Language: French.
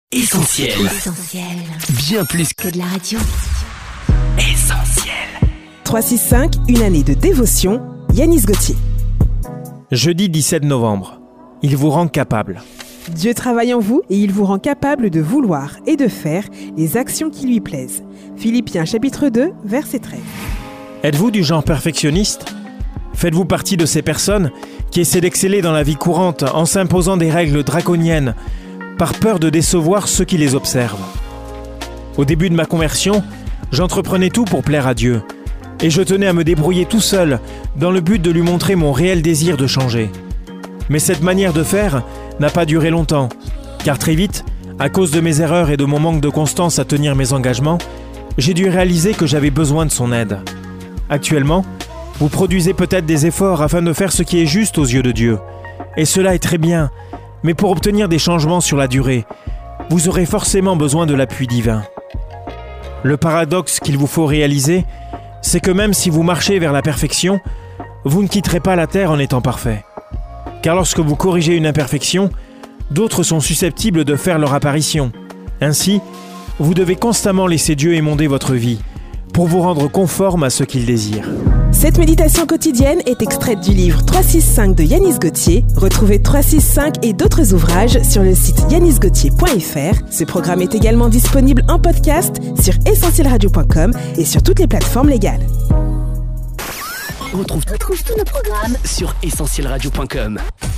Essentiel. Bien plus que de la radio. Essentiel. 365, une année de dévotion, Yanis Gauthier. Jeudi 17 novembre. Il vous rend capable. Dieu travaille en vous et il vous rend capable de vouloir et de faire les actions qui lui plaisent. Philippiens chapitre 2, verset 13. Êtes-vous du genre perfectionniste ? Faites-vous partie de ces personnes qui essaient d'exceller dans la vie courante en s'imposant des règles draconiennes par peur de décevoir ceux qui les observent ? Au début de ma conversion, j'entreprenais tout pour plaire à Dieu et je tenais à me débrouiller tout seul dans le but de lui montrer mon réel désir de changer. Mais cette manière de faire n'a pas duré longtemps, car très vite, à cause de mes erreurs et de mon manque de constance à tenir mes engagements, j'ai dû réaliser que j'avais besoin de son aide. Actuellement, vous produisez peut-être des efforts afin de faire ce qui est juste aux yeux de Dieu. Et cela est très bien, mais pour obtenir des changements sur la durée, vous aurez forcément besoin de l'appui divin. Le paradoxe qu'il vous faut réaliser, c'est que même si vous marchez vers la perfection, vous ne quitterez pas la terre en étant parfait. Car lorsque vous corrigez une imperfection, d'autres sont susceptibles de faire leur apparition. Ainsi, vous devez constamment laisser Dieu émonder votre vie pour vous rendre conforme à ce qu'il désire. Cette méditation quotidienne est extraite du livre 365 de Yanis Gauthier. Retrouvez 365 et d'autres ouvrages sur le site yanisgauthier.fr. Ce programme est également disponible en podcast sur essentielradio.com et sur toutes les plateformes légales. On retrouve tous nos programmes sur essentielradio.com.